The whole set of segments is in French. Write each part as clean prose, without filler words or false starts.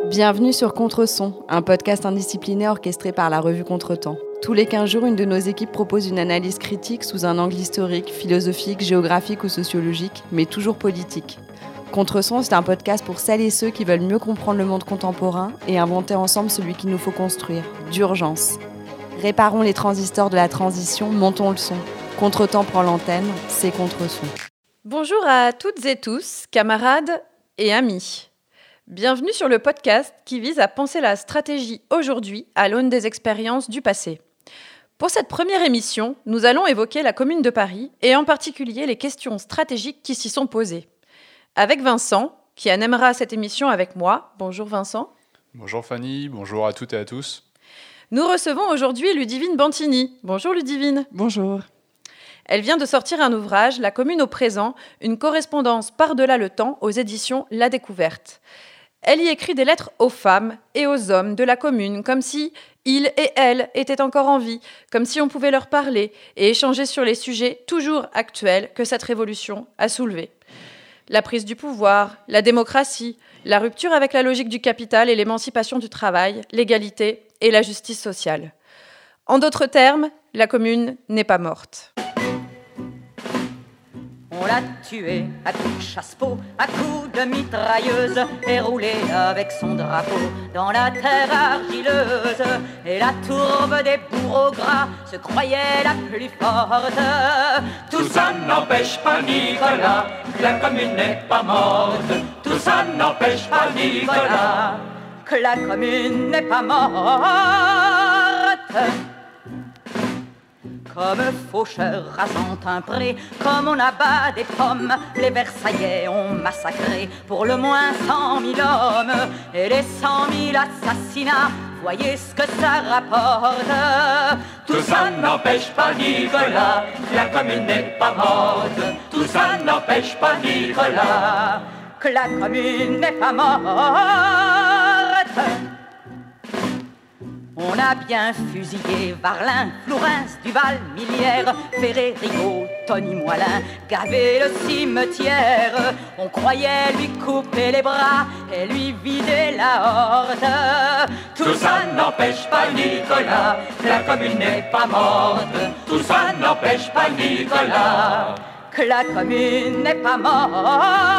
Bienvenue sur Contreson, un podcast indiscipliné orchestré par la revue Contretemps. Tous les 15 jours, une de nos équipes propose une analyse critique sous un angle historique, philosophique, géographique ou sociologique, mais toujours politique. Contreson, c'est un podcast pour celles et ceux qui veulent mieux comprendre le monde contemporain et inventer ensemble celui qu'il nous faut construire, d'urgence. Réparons les transistors de la transition, montons le son. Contretemps prend l'antenne, c'est Contreson. Bonjour à toutes et tous, camarades et amis. Bienvenue sur le podcast qui vise à penser la stratégie aujourd'hui à l'aune des expériences du passé. Pour cette première émission, nous allons évoquer la Commune de Paris et en particulier les questions stratégiques qui s'y sont posées. Avec Vincent, qui animera cette émission avec moi. Bonjour Vincent. Bonjour Fanny, bonjour à toutes et à tous. Nous recevons aujourd'hui Ludivine Bantini. Bonjour Ludivine. Bonjour. Elle vient de sortir un ouvrage, La Commune au présent, une correspondance par-delà le temps aux éditions La Découverte. Elle y écrit des lettres aux femmes et aux hommes de la commune, comme si ils et elles étaient encore en vie, comme si on pouvait leur parler et échanger sur les sujets toujours actuels que cette révolution a soulevés. La prise du pouvoir, la démocratie, la rupture avec la logique du capital et l'émancipation du travail, l'égalité et la justice sociale. En d'autres termes, la commune n'est pas morte. On l'a tué à coups de chasse-peau, à coups de mitrailleuse, et roulé avec son drapeau dans la terre argileuse. Et la tourbe des bourreaux gras se croyait la plus forte. Tout ça n'empêche pas Nicolas, que la commune n'est pas morte. Tout ça n'empêche pas Nicolas, que la commune n'est pas morte. Comme faucheur rasant un pré, comme on abat des pommes, les Versaillais ont massacré pour le moins 100 000 hommes. Et les 100 000 assassinats, voyez ce que ça rapporte. Tout ça n'empêche pas Nicolas, la commune n'est pas morte. Tout ça n'empêche pas Nicolas, que la commune n'est pas morte. On a bien fusillé Varlin, Flourens, Duval, Millière, Ferré, Rigaud, Tony Moilin, gavé le cimetière. On croyait lui couper les bras et lui vider la horde. Tout ça n'empêche pas Nicolas, la commune n'est pas morte. Tout ça n'empêche pas Nicolas, que la commune n'est pas morte.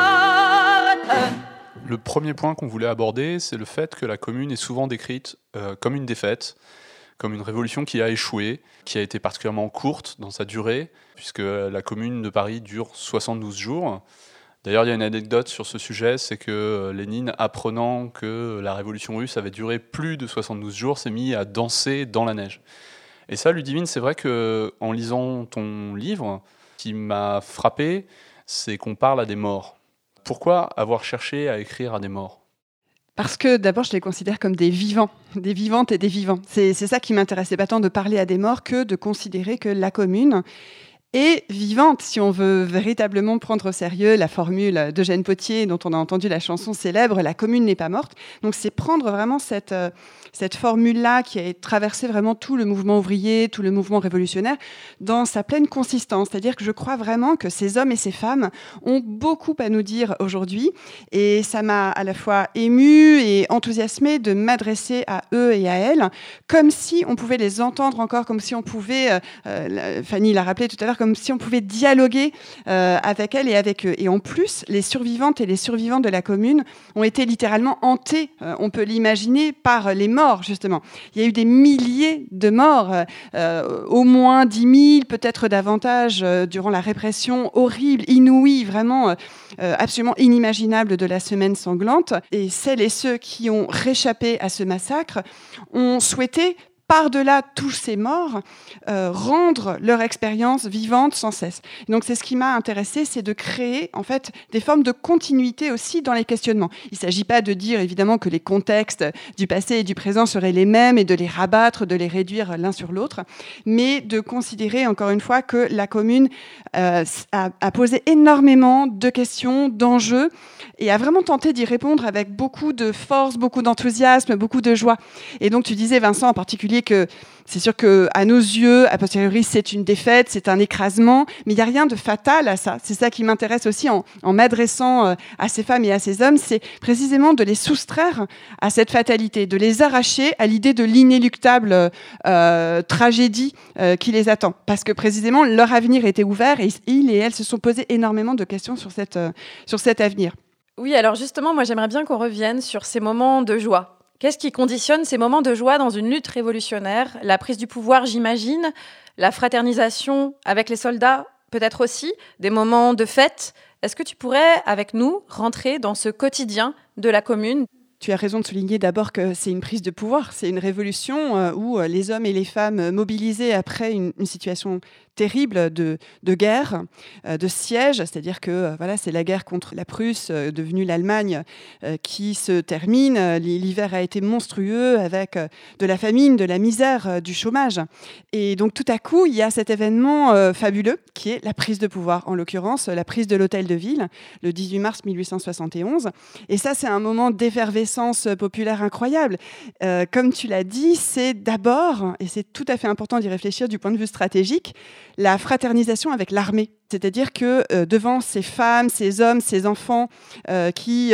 Le premier point qu'on voulait aborder, c'est le fait que la commune est souvent décrite comme une défaite, comme une révolution qui a échoué, qui a été particulièrement courte dans sa durée, puisque la commune de Paris dure 72 jours. D'ailleurs, il y a une anecdote sur ce sujet, c'est que Lénine, apprenant que la révolution russe avait duré plus de 72 jours, s'est mis à danser dans la neige. Et ça, Ludivine, c'est vrai qu'en lisant ton livre, ce qui m'a frappé, c'est qu'on parle à des morts. Pourquoi avoir cherché à écrire à des morts ? Parce que d'abord, je les considère comme des vivants, des vivantes et des vivants. C'est ça qui m'intéressait, pas tant de parler à des morts que de considérer que la commune est vivante, si on veut véritablement prendre au sérieux la formule d'Eugène Pottier, dont on a entendu la chanson célèbre « La commune n'est pas morte ». Donc c'est prendre vraiment cette formule-là qui a traversé vraiment tout le mouvement ouvrier, tout le mouvement révolutionnaire, dans sa pleine consistance. C'est-à-dire que je crois vraiment que ces hommes et ces femmes ont beaucoup à nous dire aujourd'hui. Et ça m'a à la fois émue et enthousiasmée de m'adresser à eux et à elles, comme si on pouvait les entendre encore, comme si on pouvait, Fanny l'a rappelé tout à l'heure, comme si on pouvait dialoguer avec elles et avec eux. Et en plus, les survivantes et les survivants de la commune ont été littéralement hantés, on peut l'imaginer, par les morts, justement. Il y a eu des milliers de morts, au moins 10 000, peut-être davantage, durant la répression horrible, inouïe, vraiment absolument inimaginable de la semaine sanglante. Et celles et ceux qui ont réchappé à ce massacre ont souhaité, par-delà tous ces morts, rendre leur expérience vivante sans cesse. Et donc c'est ce qui m'a intéressée, c'est de créer en fait des formes de continuité aussi dans les questionnements. Il ne s'agit pas de dire évidemment que les contextes du passé et du présent seraient les mêmes et de les rabattre, de les réduire l'un sur l'autre, mais de considérer encore une fois que la commune a posé énormément de questions, d'enjeux, et a vraiment tenté d'y répondre avec beaucoup de force, beaucoup d'enthousiasme, beaucoup de joie. Et donc tu disais, Vincent, en particulier, l'idée que c'est sûr qu'à nos yeux, a posteriori, c'est une défaite, c'est un écrasement, mais il n'y a rien de fatal à ça. C'est ça qui m'intéresse aussi en m'adressant à ces femmes et à ces hommes, c'est précisément de les soustraire à cette fatalité, de les arracher à l'idée de l'inéluctable tragédie qui les attend. Parce que précisément, leur avenir était ouvert et ils et elles se sont posés énormément de questions sur cet avenir. Oui, alors justement, moi j'aimerais bien qu'on revienne sur ces moments de joie. Qu'est-ce qui conditionne ces moments de joie dans une lutte révolutionnaire ? La prise du pouvoir, j'imagine, la fraternisation avec les soldats, peut-être aussi, des moments de fête. Est-ce que tu pourrais, avec nous, rentrer dans ce quotidien de la commune ? Tu as raison de souligner d'abord que c'est une prise de pouvoir, c'est une révolution où les hommes et les femmes mobilisés après une situation terrible de guerre, de siège, c'est-à-dire que c'est la guerre contre la Prusse, devenue l'Allemagne, qui se termine. L'hiver a été monstrueux avec de la famine, de la misère, du chômage. Et donc tout à coup, il y a cet événement fabuleux qui est la prise de pouvoir, en l'occurrence la prise de l'Hôtel de Ville, le 18 mars 1871. Et ça, c'est un moment d'effervescence populaire incroyable. Comme tu l'as dit, c'est d'abord, et c'est tout à fait important d'y réfléchir du point de vue stratégique, la fraternisation avec l'armée. C'est-à-dire que devant ces femmes, ces hommes, ces enfants qui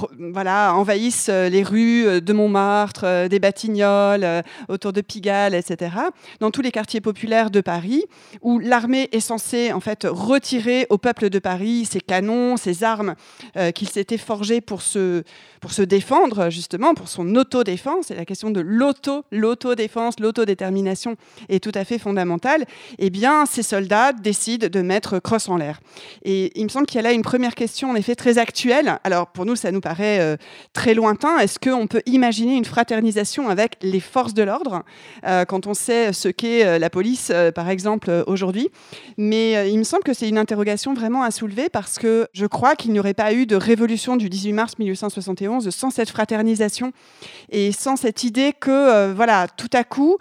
envahissent les rues de Montmartre, des Batignolles, autour de Pigalle, etc., dans tous les quartiers populaires de Paris, où l'armée est censée en fait retirer au peuple de Paris ses canons, ses armes qu'il s'était forgées pour se défendre, justement, pour son autodéfense. Et la question de l'autodéfense, l'autodétermination est tout à fait fondamentale. Eh bien, ces soldats décident de mettre crosse en l'air. Et il me semble qu'il y a là une première question, en effet, très actuelle. Alors, pour nous, ça nous paraît très lointain. Est-ce qu'on peut imaginer une fraternisation avec les forces de l'ordre quand on sait ce qu'est la police, par exemple, aujourd'hui ? Mais il me semble que c'est une interrogation vraiment à soulever parce que je crois qu'il n'y aurait pas eu de révolution du 18 mars 1871 sans cette fraternisation et sans cette idée que, tout à coup,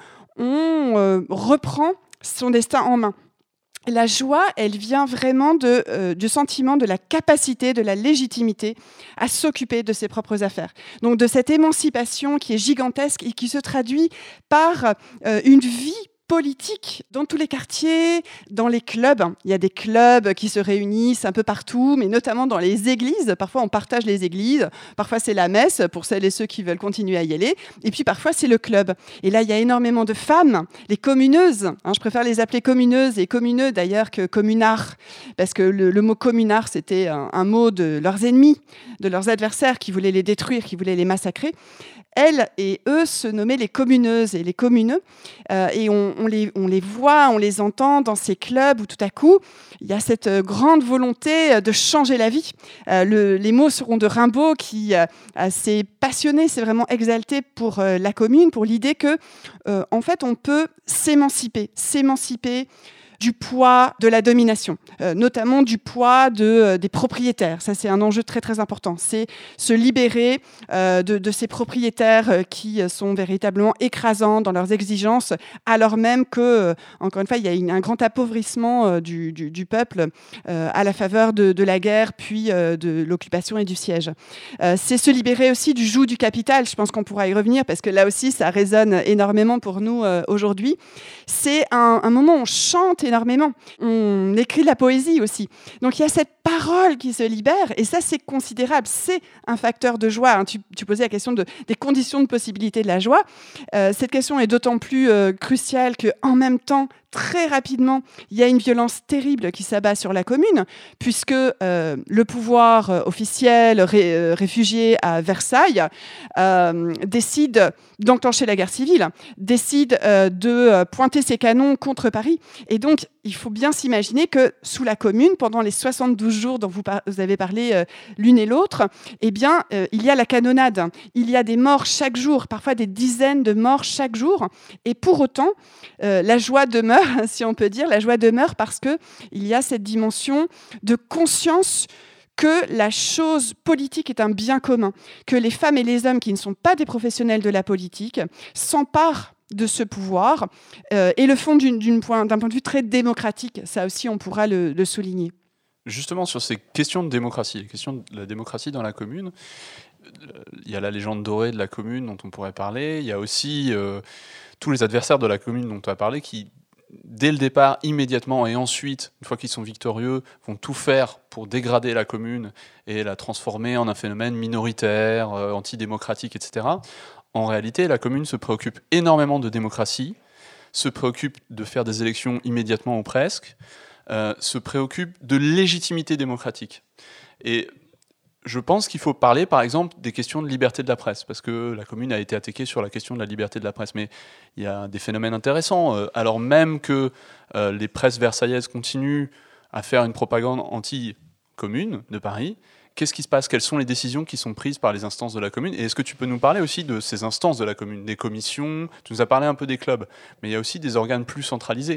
on reprend son destin en main. La joie, elle vient vraiment du sentiment de la capacité, de la légitimité à s'occuper de ses propres affaires. Donc de cette émancipation qui est gigantesque et qui se traduit par une vie politique dans tous les quartiers, dans les clubs. Il y a des clubs qui se réunissent un peu partout, mais notamment dans les églises. Parfois, on partage les églises. Parfois, c'est la messe pour celles et ceux qui veulent continuer à y aller. Et puis, parfois, c'est le club. Et là, il y a énormément de femmes, les communeuses. Je préfère les appeler communeuses et communeux, d'ailleurs, que communards. Parce que le mot communard, c'était un mot de leurs ennemis, de leurs adversaires qui voulaient les détruire, qui voulaient les massacrer. Elles et eux se nommaient les communeuses et les communeux. Et on les voit, on les entend dans ces clubs où tout à coup, il y a cette grande volonté de changer la vie. Les mots seront de Rimbaud qui s'est passionné, s'est vraiment exalté pour la commune, pour l'idée que, en fait, on peut s'émanciper du poids de la domination, notamment du poids des propriétaires. Ça, c'est un enjeu très, très important. C'est se libérer de ces propriétaires qui sont véritablement écrasants dans leurs exigences, alors même que, encore une fois, il y a un grand appauvrissement du peuple à la faveur de la guerre, puis de l'occupation et du siège. C'est se libérer aussi du joug du capital. Je pense qu'on pourra y revenir, parce que là aussi, ça résonne énormément pour nous aujourd'hui. C'est un moment où on chante énormément. On écrit de la poésie aussi. Donc il y a cette parole qui se libère et ça, c'est considérable. C'est un facteur de joie. Tu posais la question des conditions de possibilité de la joie. Cette question est d'autant plus cruciale qu'en même temps, très rapidement, il y a une violence terrible qui s'abat sur la commune, puisque le pouvoir officiel réfugié à Versailles décide d'enclencher la guerre civile, décide de pointer ses canons contre Paris. Et donc, il faut bien s'imaginer que sous la commune, pendant les 72 jours dont vous avez parlé l'une et l'autre, eh bien, il y a la canonnade. Il y a des morts chaque jour, parfois des dizaines de morts chaque jour. Et pour autant, la joie demeure, si on peut dire, la joie demeure parce qu'il y a cette dimension de conscience que la chose politique est un bien commun, que les femmes et les hommes qui ne sont pas des professionnels de la politique s'emparent de ce pouvoir et le font d'un point de vue très démocratique. Ça aussi, on pourra le souligner. Justement, sur ces questions de démocratie, les questions de la démocratie dans la commune, il y a la légende dorée de la commune dont on pourrait parler. Il y a aussi tous les adversaires de la commune dont tu as parlé qui, dès le départ, immédiatement, et ensuite, une fois qu'ils sont victorieux, vont tout faire pour dégrader la commune et la transformer en un phénomène minoritaire, antidémocratique, etc. En réalité, la commune se préoccupe énormément de démocratie, se préoccupe de faire des élections immédiatement ou presque, se préoccupe de légitimité démocratique. Et je pense qu'il faut parler, par exemple, des questions de liberté de la presse, parce que la commune a été attaquée sur la question de la liberté de la presse. Mais il y a des phénomènes intéressants. Alors même que les presses versaillaises continuent à faire une propagande anti-commune de Paris, qu'est-ce qui se passe ? Quelles sont les décisions qui sont prises par les instances de la commune ? Et est-ce que tu peux nous parler aussi de ces instances de la commune, des commissions ? Tu nous as parlé un peu des clubs, mais il y a aussi des organes plus centralisés.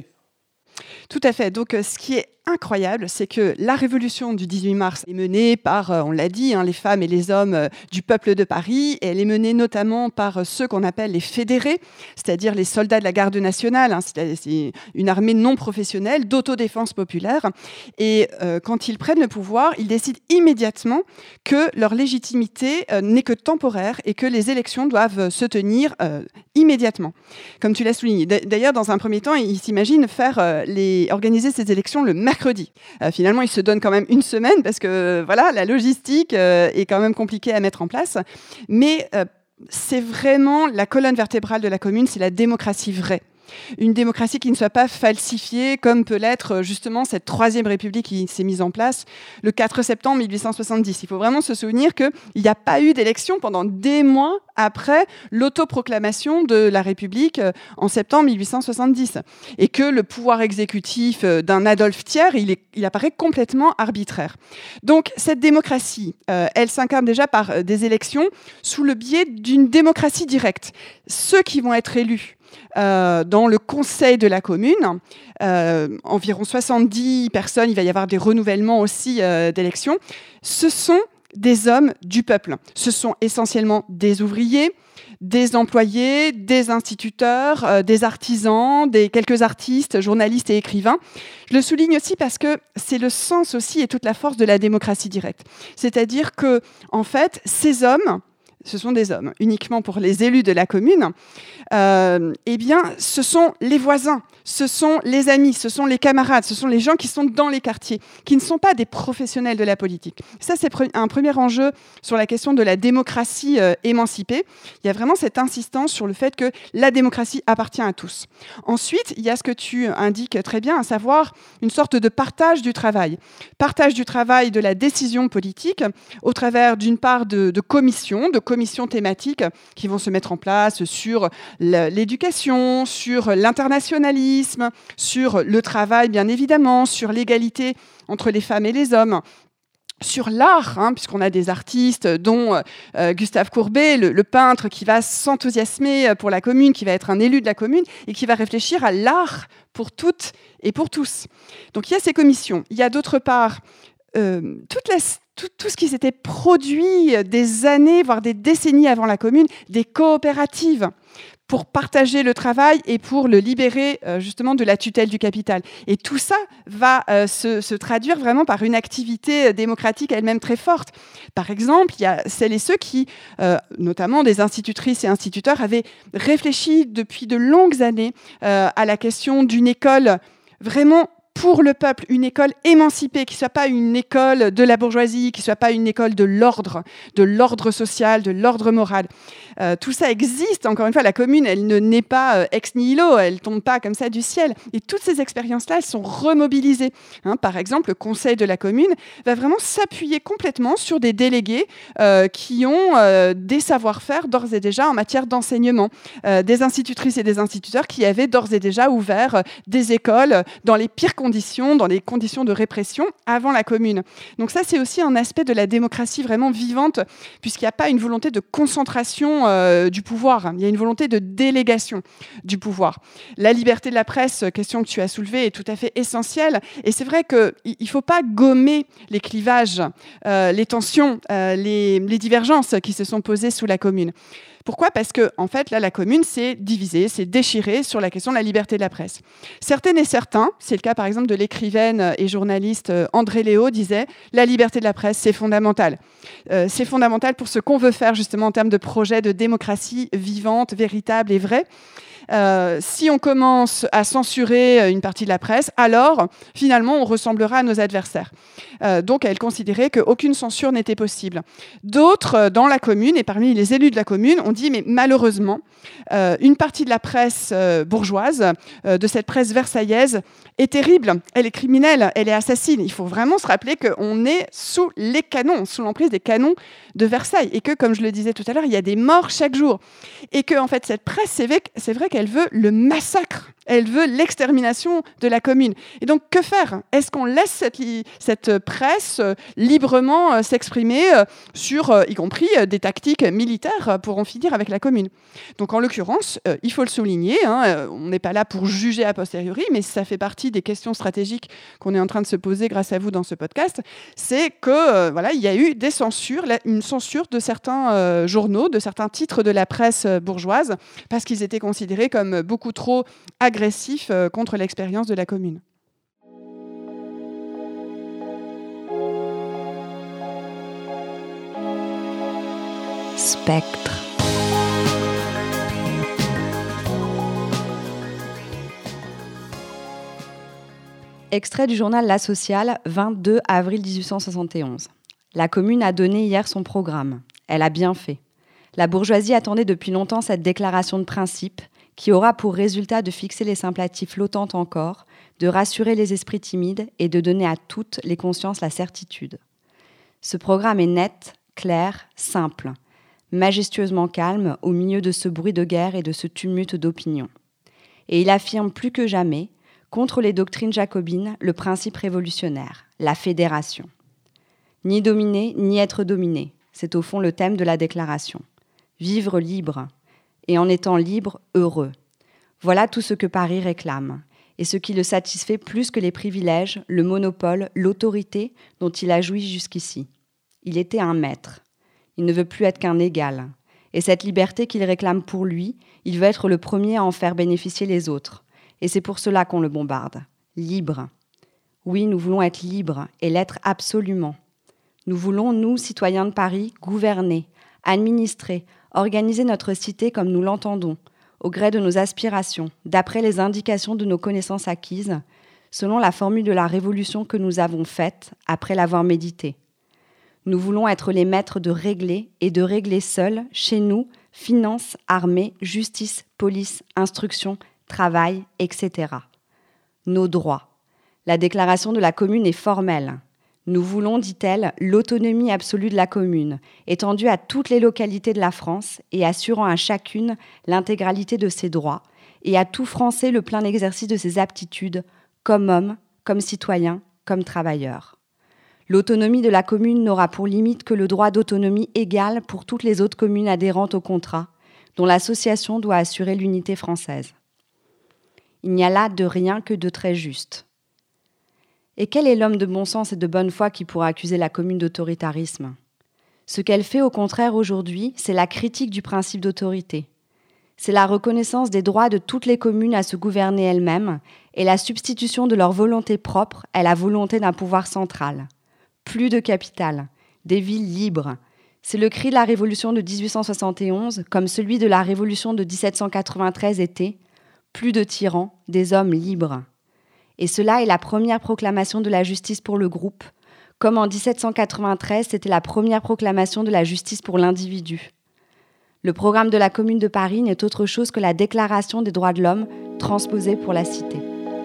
Tout à fait. Donc, ce qui est incroyable, c'est que la révolution du 18 mars est menée par, on l'a dit, les femmes et les hommes du peuple de Paris. Et elle est menée notamment par ceux qu'on appelle les fédérés, c'est-à-dire les soldats de la garde nationale. C'est une armée non professionnelle d'autodéfense populaire. Et quand ils prennent le pouvoir, ils décident immédiatement que leur légitimité n'est que temporaire et que les élections doivent se tenir immédiatement, comme tu l'as souligné. D'ailleurs, dans un premier temps, ils s'imaginent organiser ces élections le mercredi. Finalement, ils se donnent quand même une semaine parce que voilà, la logistique est quand même compliquée à mettre en place. Mais c'est vraiment la colonne vertébrale de la commune, c'est la démocratie vraie. Une démocratie qui ne soit pas falsifiée, comme peut l'être justement cette Troisième République qui s'est mise en place le 4 septembre 1870. Il faut vraiment se souvenir qu'il n'y a pas eu d'élection pendant des mois après l'autoproclamation de la République en septembre 1870. Et que le pouvoir exécutif d'un Adolphe Thiers, il apparaît complètement arbitraire. Donc cette démocratie, elle s'incarne déjà par des élections sous le biais d'une démocratie directe. Ceux qui vont être élus dans le conseil de la commune, environ 70 personnes, il va y avoir des renouvellements aussi d'élections, ce sont des hommes du peuple. Ce sont essentiellement des ouvriers, des employés, des instituteurs, des artisans, quelques artistes, journalistes et écrivains. Je le souligne aussi parce que c'est le sens aussi et toute la force de la démocratie directe. C'est-à-dire que, en fait, ces hommes, ce sont des hommes, uniquement pour les élus de la commune, eh bien, ce sont les voisins, ce sont les amis, ce sont les camarades, ce sont les gens qui sont dans les quartiers, qui ne sont pas des professionnels de la politique. Ça, c'est un premier enjeu sur la question de la démocratie émancipée. Il y a vraiment cette insistance sur le fait que la démocratie appartient à tous. Ensuite, il y a ce que tu indiques très bien, à savoir une sorte de partage du travail. Partage du travail de la décision politique au travers d'une part de commissions thématiques qui vont se mettre en place sur l'éducation, sur l'internationalisme, sur le travail, bien évidemment, sur l'égalité entre les femmes et les hommes, sur l'art, puisqu'on a des artistes, dont Gustave Courbet, le peintre qui va s'enthousiasmer pour la commune, qui va être un élu de la commune et qui va réfléchir à l'art pour toutes et pour tous. Donc il y a ces commissions. Il y a d'autre part tout ce qui s'était produit des années, voire des décennies avant la commune, des coopératives pour partager le travail et pour le libérer justement de la tutelle du capital. Et tout ça va se traduire vraiment par une activité démocratique elle-même très forte. Par exemple, il y a celles et ceux qui, notamment des institutrices et instituteurs, avaient réfléchi depuis de longues années à la question d'une école vraiment pour le peuple, une école émancipée, qui ne soit pas une école de la bourgeoisie, qui ne soit pas une école de l'ordre social, de l'ordre moral. Tout ça existe, encore une fois, la commune, elle ne naît pas ex nihilo, elle ne tombe pas comme ça du ciel. Et toutes ces expériences-là, elles sont remobilisées. Par exemple, le conseil de la commune va vraiment s'appuyer complètement sur des délégués qui ont des savoir-faire d'ores et déjà en matière d'enseignement, des institutrices et des instituteurs qui avaient d'ores et déjà ouvert des écoles dans les pires conditions, dans les conditions de répression avant la commune. Donc ça, c'est aussi un aspect de la démocratie vraiment vivante, puisqu'il n'y a pas une volonté de concentration du pouvoir, il y a une volonté de délégation du pouvoir. La liberté de la presse, question que tu as soulevée, est tout à fait essentielle, et c'est vrai qu'il ne faut pas gommer les clivages, les tensions, les divergences qui se sont posées sous la commune. Pourquoi ? Parce que, en fait, là, la commune s'est divisée, s'est déchirée sur la question de la liberté de la presse. Certaines et certains, c'est le cas par exemple de l'écrivaine et journaliste André Léo, disait « La liberté de la presse, c'est fondamental. C'est fondamental pour ce qu'on veut faire justement en termes de projet de démocratie vivante, véritable et vraie. » Si on commence à censurer une partie de la presse, alors finalement on ressemblera à nos adversaires. Donc elle considérait qu'aucune censure n'était possible. D'autres dans la commune, et parmi les élus de la commune, ont dit mais malheureusement, une partie de la presse bourgeoise, de cette presse versaillaise, est terrible, elle est criminelle, elle est assassine. Il faut vraiment se rappeler qu'on est sous les canons, sous l'emprise des canons de Versailles, et que, comme je le disais tout à l'heure, il y a des morts chaque jour. Et que, en fait, cette presse, c'est vrai qu'elle veut le massacre, elle veut l'extermination de la commune. Et donc, que faire ? Est-ce qu'on laisse cette presse librement s'exprimer sur, y compris, des tactiques militaires pour en finir avec la commune ? Donc, en l'occurrence, il faut le souligner, on n'est pas là pour juger a posteriori, mais ça fait partie des questions stratégiques qu'on est en train de se poser grâce à vous dans ce podcast, c'est que il y a eu des censures, une censure de certains journaux, de certains titres de la presse bourgeoise, parce qu'ils étaient considérés comme beaucoup trop agressifs contre l'expérience de la commune. Spectre. Extrait du journal La Sociale, 22 avril 1871. La commune a donné hier son programme. Elle a bien fait. La bourgeoisie attendait depuis longtemps cette déclaration de principe qui aura pour résultat de fixer les sympathies flottantes encore, de rassurer les esprits timides et de donner à toutes les consciences la certitude. Ce programme est net, clair, simple, majestueusement calme au milieu de ce bruit de guerre et de ce tumulte d'opinion. Et il affirme plus que jamais contre les doctrines jacobines, le principe révolutionnaire, la fédération. Ni dominer, ni être dominé, c'est au fond le thème de la déclaration. Vivre libre, et en étant libre, heureux. Voilà tout ce que Paris réclame, et ce qui le satisfait plus que les privilèges, le monopole, l'autorité dont il a joui jusqu'ici. Il était un maître. Il ne veut plus être qu'un égal. Et cette liberté qu'il réclame pour lui, il veut être le premier à en faire bénéficier les autres. Et c'est pour cela qu'on le bombarde. Libre. Oui, nous voulons être libres et l'être absolument. Nous voulons, nous, citoyens de Paris, gouverner, administrer, organiser notre cité comme nous l'entendons, au gré de nos aspirations, d'après les indications de nos connaissances acquises, selon la formule de la révolution que nous avons faite après l'avoir méditée. Nous voulons être les maîtres de régler et de régler seuls, chez nous, finances, armée, justice, police, instruction, travail, etc. Nos droits. La déclaration de la commune est formelle. Nous voulons, dit-elle, l'autonomie absolue de la commune, étendue à toutes les localités de la France et assurant à chacune l'intégralité de ses droits, et à tout Français le plein exercice de ses aptitudes, comme homme, comme citoyen, comme travailleur. L'autonomie de la commune n'aura pour limite que le droit d'autonomie égal pour toutes les autres communes adhérentes au contrat, dont l'association doit assurer l'unité française. Il n'y a là de rien que de très juste. Et quel est l'homme de bon sens et de bonne foi qui pourra accuser la commune d'autoritarisme ? Ce qu'elle fait au contraire aujourd'hui, c'est la critique du principe d'autorité. C'est la reconnaissance des droits de toutes les communes à se gouverner elles-mêmes et la substitution de leur volonté propre à la volonté d'un pouvoir central. Plus de capitale, des villes libres. C'est le cri de la Révolution de 1871, comme celui de la Révolution de 1793 était. Plus de tyrans, des hommes libres. Et cela est la première proclamation de la justice pour le groupe, comme en 1793, c'était la première proclamation de la justice pour l'individu. Le programme de la Commune de Paris n'est autre chose que la Déclaration des droits de l'homme transposée pour la cité.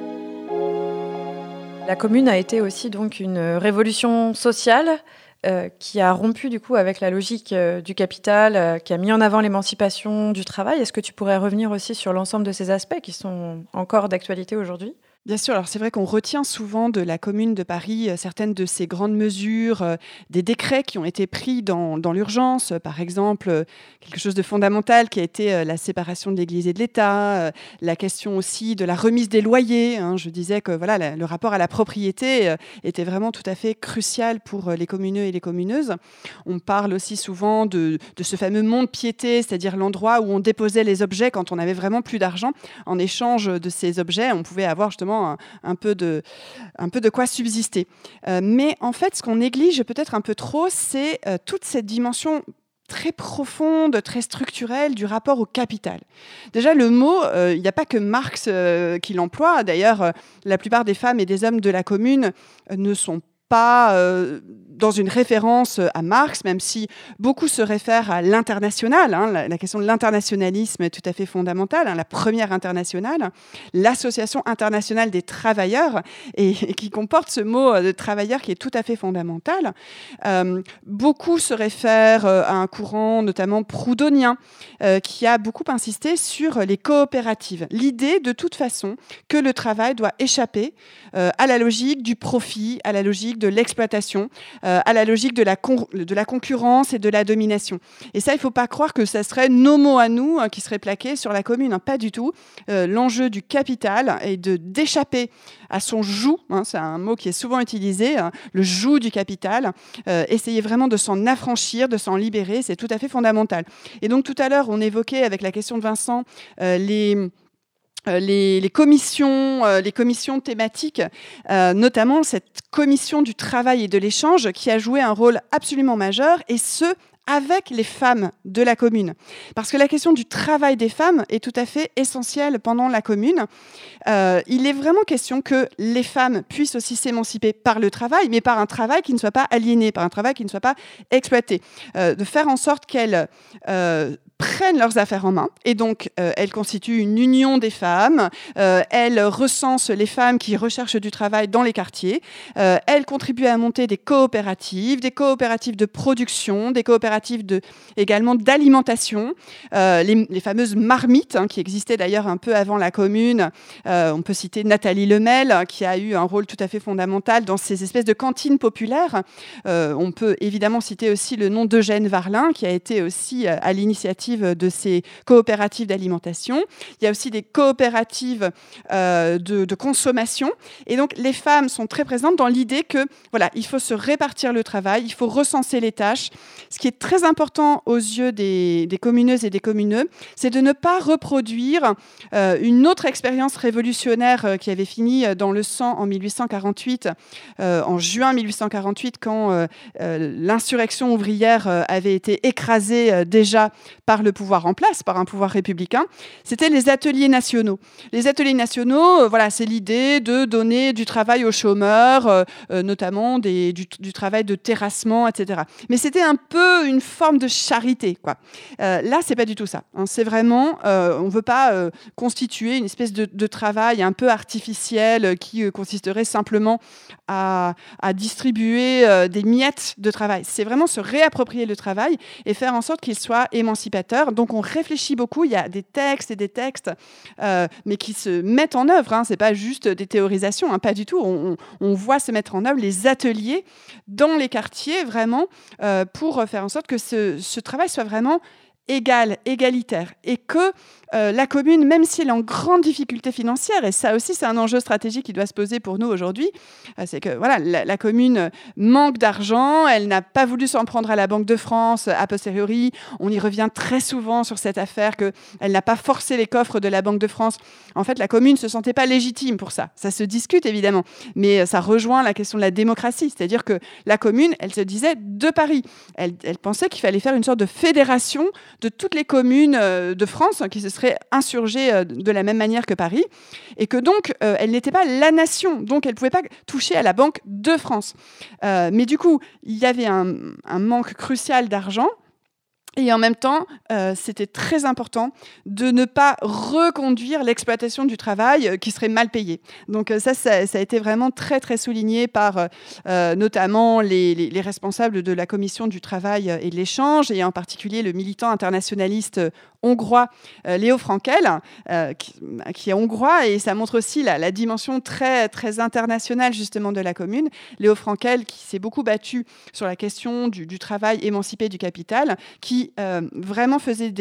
La Commune a été aussi donc une révolution sociale qui a rompu du coup avec la logique du capital, qui a mis en avant l'émancipation du travail. Est-ce que tu pourrais revenir aussi sur l'ensemble de ces aspects qui sont encore d'actualité aujourd'hui ? Bien sûr, alors c'est vrai qu'on retient souvent de la Commune de Paris certaines de ces grandes mesures, des décrets qui ont été pris dans l'urgence, par exemple quelque chose de fondamental qui a été la séparation de l'Église et de l'État, la question aussi de la remise des loyers. Je disais que voilà, le rapport à la propriété était vraiment tout à fait crucial pour les communeux et les communeuses. On parle aussi souvent de ce fameux mont-de-piété, c'est-à-dire l'endroit où on déposait les objets quand on n'avait vraiment plus d'argent. En échange de ces objets, on pouvait avoir justement un peu de quoi subsister. Mais en fait, ce qu'on néglige peut-être un peu trop, c'est toute cette dimension très profonde, très structurelle du rapport au capital. Déjà, le mot, il n'y a pas que Marx qui l'emploie. D'ailleurs, la plupart des femmes et des hommes de la Commune ne sont pas dans une référence à Marx, même si beaucoup se réfèrent à l'international. La question de l'internationalisme est tout à fait fondamentale. La première internationale, l'Association internationale des travailleurs, et qui comporte ce mot de travailleur qui est tout à fait fondamental. Beaucoup se réfèrent à un courant notamment proudhonien qui a beaucoup insisté sur les coopératives. L'idée, de toute façon, que le travail doit échapper à la logique du profit, à la logique de l'exploitation, à la logique de la concurrence et de la domination. Et ça, il ne faut pas croire que ça serait nos mots à nous qui seraient plaqués sur la Commune. Pas du tout. L'enjeu du capital est d'échapper à son joug, c'est un mot qui est souvent utilisé, le joug du capital. Essayer vraiment de s'en affranchir, de s'en libérer, c'est tout à fait fondamental. Et donc tout à l'heure, on évoquait avec la question de Vincent les commissions thématiques, notamment cette commission du travail et de l'échange qui a joué un rôle absolument majeur, et ce, avec les femmes de la Commune. Parce que la question du travail des femmes est tout à fait essentielle pendant la Commune. Il est vraiment question que les femmes puissent aussi s'émanciper par le travail, mais par un travail qui ne soit pas aliéné, par un travail qui ne soit pas exploité. De faire en sorte qu'elles prennent leurs affaires en main, et donc elles constituent une union des femmes, elles recensent les femmes qui recherchent du travail dans les quartiers, elles contribuent à monter des coopératives de production, des coopératives également d'alimentation, les fameuses marmites, qui existaient d'ailleurs un peu avant la Commune. On peut citer Nathalie Lemel, qui a eu un rôle tout à fait fondamental dans ces espèces de cantines populaires. On peut évidemment citer aussi le nom d'Eugène Varlin, qui a été aussi à l'initiative de ces coopératives d'alimentation. Il y a aussi des coopératives de consommation. Et donc, les femmes sont très présentes dans l'idée que, voilà, il faut se répartir le travail, il faut recenser les tâches. Ce qui est très important aux yeux des communeuses et des communeux, c'est de ne pas reproduire une autre expérience révolutionnaire qui avait fini dans le sang en 1848, en juin 1848, quand l'insurrection ouvrière avait été écrasée déjà par le pouvoir en place, par un pouvoir républicain. C'était les ateliers nationaux. Les ateliers nationaux, voilà, c'est l'idée de donner du travail aux chômeurs, notamment du travail de terrassement, etc. Mais c'était un peu une forme de charité, quoi. Là, c'est pas du tout ça. C'est vraiment, on veut pas constituer une espèce de travail un peu artificiel qui consisterait simplement à distribuer des miettes de travail. C'est vraiment se réapproprier le travail et faire en sorte qu'il soit émancipateur. Donc, on réfléchit beaucoup. Il y a des textes et des textes, mais qui se mettent en œuvre. C'est pas juste des théorisations, pas du tout. On voit se mettre en œuvre les ateliers dans les quartiers, vraiment, pour faire en sorte que ce travail soit vraiment égalitaire, et que la Commune, même si elle est en grande difficulté financière, et ça aussi c'est un enjeu stratégique qui doit se poser pour nous aujourd'hui, c'est que voilà, la Commune manque d'argent, elle n'a pas voulu s'en prendre à la Banque de France a posteriori, on y revient très souvent sur cette affaire qu'elle n'a pas forcé les coffres de la Banque de France. En fait, la Commune ne se sentait pas légitime pour ça se discute évidemment, mais ça rejoint la question de la démocratie, c'est-à-dire que la Commune, elle se disait de Paris, elle pensait qu'il fallait faire une sorte de fédération de toutes les communes de France qui se seraient insurgées de la même manière que Paris, et que donc elle n'était pas la nation, donc elle ne pouvait pas toucher à la Banque de France. Mais du coup, il y avait un manque crucial d'argent. Et en même temps, c'était très important de ne pas reconduire l'exploitation du travail qui serait mal payé. Donc ça a été vraiment très, très souligné par notamment les responsables de la commission du travail et de l'échange, et en particulier le militant internationaliste hongrois Léo Frankel, qui est hongrois, et ça montre aussi la dimension très, très internationale justement de la Commune. Léo Frankel, qui s'est beaucoup battu sur la question du travail émancipé du capital, qui vraiment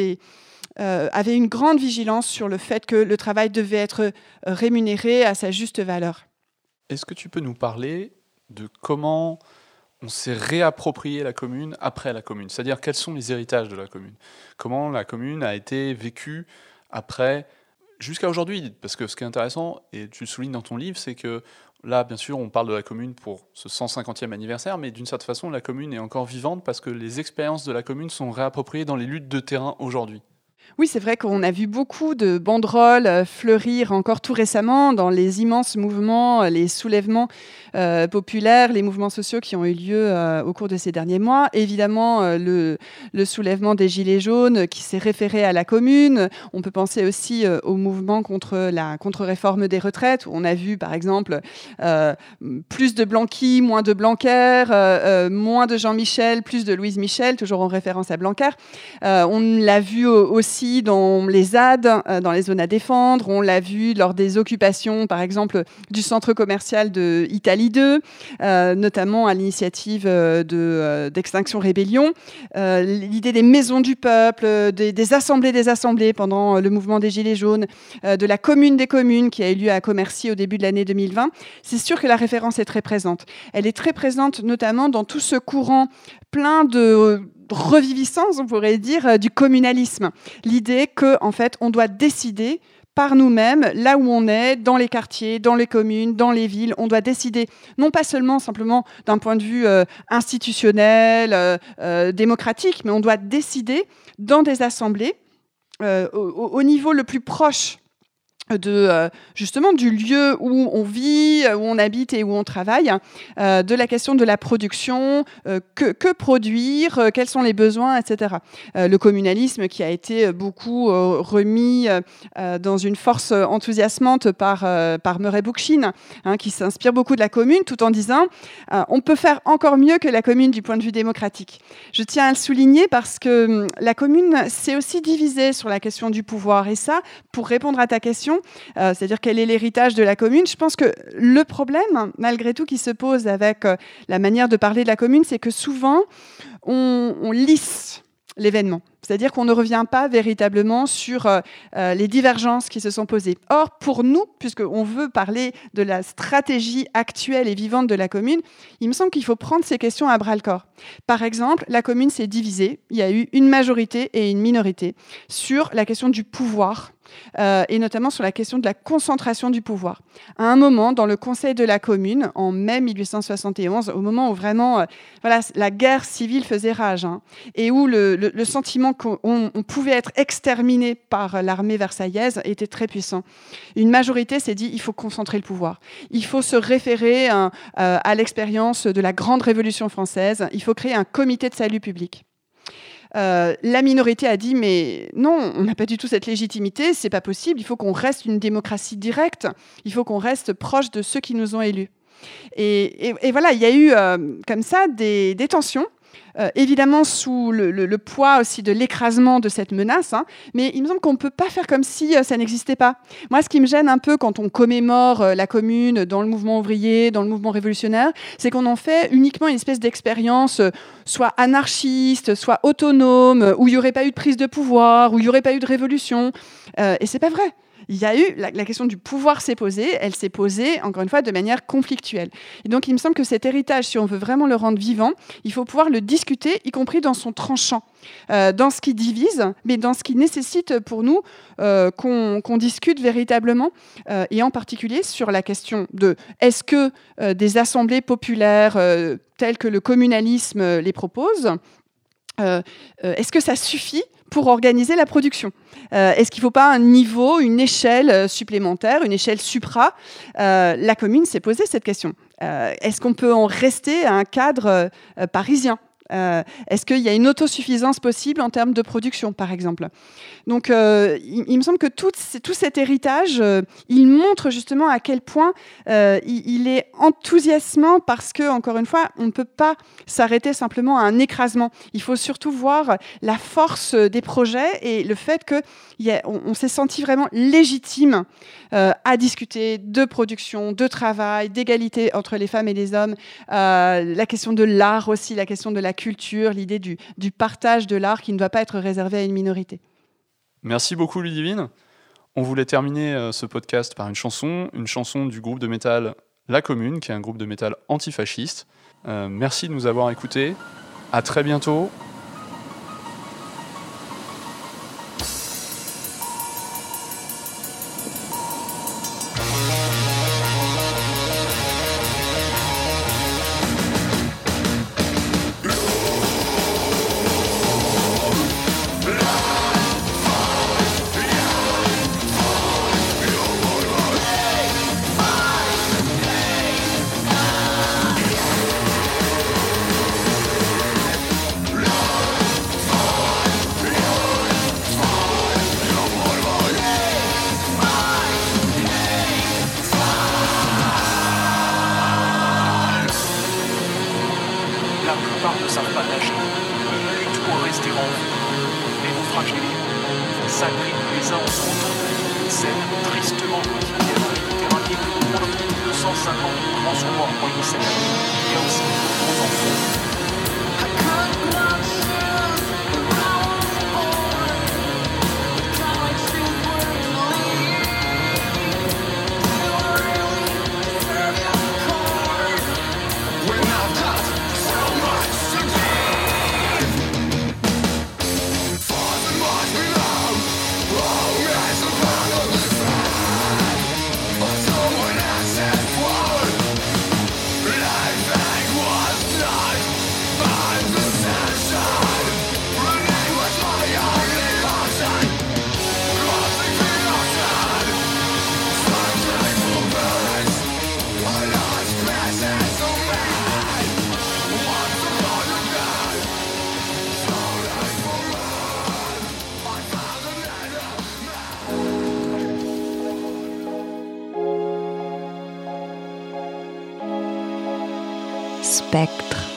avait une grande vigilance sur le fait que le travail devait être rémunéré à sa juste valeur. Est-ce que tu peux nous parler de comment on s'est réapproprié la Commune après la Commune ? C'est-à-dire, quels sont les héritages de la Commune ? Comment la Commune a été vécue après, jusqu'à aujourd'hui ? Parce que ce qui est intéressant, et tu le soulignes dans ton livre, c'est que Là, bien sûr, on parle de la commune pour ce 150e anniversaire, mais d'une certaine façon, la commune est encore vivante parce que les expériences de la commune sont réappropriées dans les luttes de terrain aujourd'hui. Oui, c'est vrai qu'on a vu beaucoup de banderoles fleurir encore tout récemment dans les immenses mouvements, les soulèvements populaires, les mouvements sociaux qui ont eu lieu au cours de ces derniers mois. Évidemment, le soulèvement des Gilets jaunes qui s'est référé à la commune. On peut penser aussi au mouvement contre la contre-réforme des retraites, où on a vu, par exemple, plus de Blanqui, moins de Blanquer, moins de Jean-Michel, plus de Louise Michel, toujours en référence à Blanquer. On l'a vu aussi dans les ZAD, dans les zones à défendre. On l'a vu lors des occupations, par exemple, du centre commercial de Italie 2, notamment à l'initiative d'Extinction Rébellion. L'idée des maisons du peuple, des assemblées pendant le mouvement des Gilets jaunes, de la commune des communes qui a eu lieu à Commercy au début de l'année 2020. C'est sûr que la référence est très présente. Elle est très présente notamment dans tout ce courant plein de reviviscence, on pourrait dire, du communalisme. L'idée qu'en fait, on doit décider par nous-mêmes, là où on est, dans les quartiers, dans les communes, dans les villes. On doit décider, non pas seulement simplement d'un point de vue institutionnel, démocratique, mais on doit décider dans des assemblées au niveau le plus proche justement du lieu où on vit, où on habite et où on travaille, de la question de la production, que produire, quels sont les besoins, etc. Le communalisme qui a été beaucoup remis dans une force enthousiasmante par Murray Bookchin, qui s'inspire beaucoup de la commune, tout en disant on peut faire encore mieux que la commune du point de vue démocratique. Je tiens à le souligner parce que la commune s'est aussi divisée sur la question du pouvoir. Et ça, pour répondre à ta question, c'est-à-dire quel est l'héritage de la commune. Je pense que le problème, malgré tout, qui se pose avec la manière de parler de la commune, c'est que souvent, on lisse l'événement. C'est-à-dire qu'on ne revient pas véritablement sur les divergences qui se sont posées. Or, pour nous, puisqu'on veut parler de la stratégie actuelle et vivante de la commune, il me semble qu'il faut prendre ces questions à bras-le-corps. Par exemple, la commune s'est divisée. Il y a eu une majorité et une minorité sur la question du pouvoir, et notamment sur la question de la concentration du pouvoir. À un moment, dans le Conseil de la commune, en mai 1871, au moment où vraiment la guerre civile faisait rage, et où le sentiment qu'on pouvait être exterminé par l'armée versaillaise était très puissant. Une majorité s'est dit il faut concentrer le pouvoir. Il faut se référer à l'expérience de la Grande Révolution française. Il faut créer un comité de salut public. La minorité a dit mais non, on n'a pas du tout cette légitimité, c'est pas possible, il faut qu'on reste une démocratie directe, il faut qu'on reste proche de ceux qui nous ont élus. Et voilà, il y a eu comme ça des tensions. Évidemment sous le poids aussi de l'écrasement de cette menace, mais il me semble qu'on ne peut pas faire comme si ça n'existait pas. Moi, ce qui me gêne un peu quand on commémore la commune dans le mouvement ouvrier, dans le mouvement révolutionnaire, c'est qu'on en fait uniquement une espèce d'expérience soit anarchiste, soit autonome, où il n'y aurait pas eu de prise de pouvoir, où il n'y aurait pas eu de révolution. Et c'est pas vrai. Il y a eu, la question du pouvoir s'est posée, elle s'est posée, encore une fois, de manière conflictuelle. Et donc, il me semble que cet héritage, si on veut vraiment le rendre vivant, il faut pouvoir le discuter, y compris dans son tranchant, dans ce qui divise, mais dans ce qui nécessite pour nous qu'on discute véritablement, et en particulier sur la question de est-ce que des assemblées populaires telles que le communalisme les propose, est-ce que ça suffit pour organiser la production? Est-ce qu'il ne faut pas un niveau, une échelle supplémentaire, une échelle supra? La commune s'est posée cette question. Est-ce qu'on peut en rester à un cadre parisien? Est-ce qu'il y a une autosuffisance possible en termes de production, par exemple? Donc, il me semble que tout cet héritage, il montre justement à quel point il est enthousiasmant parce que, encore une fois, on ne peut pas s'arrêter simplement à un écrasement. Il faut surtout voir la force des projets et le fait qu'on s'est senti vraiment légitime à discuter de production, de travail, d'égalité entre les femmes et les hommes, la question de l'art aussi, la question de la culture, l'idée du partage de l'art qui ne doit pas être réservé à une minorité. Merci beaucoup Ludivine. On voulait terminer ce podcast par une chanson du groupe de métal La Commune, qui est un groupe de métal antifasciste. Merci de nous avoir écoutés. À très bientôt. Les naufragés s'agrippent les uns aux autres. Une scène tristement quotidienne en Méditerranée où on obtient 250 migrants sont morts noyés cette année. Il y a aussi de gros enfants. Spectre.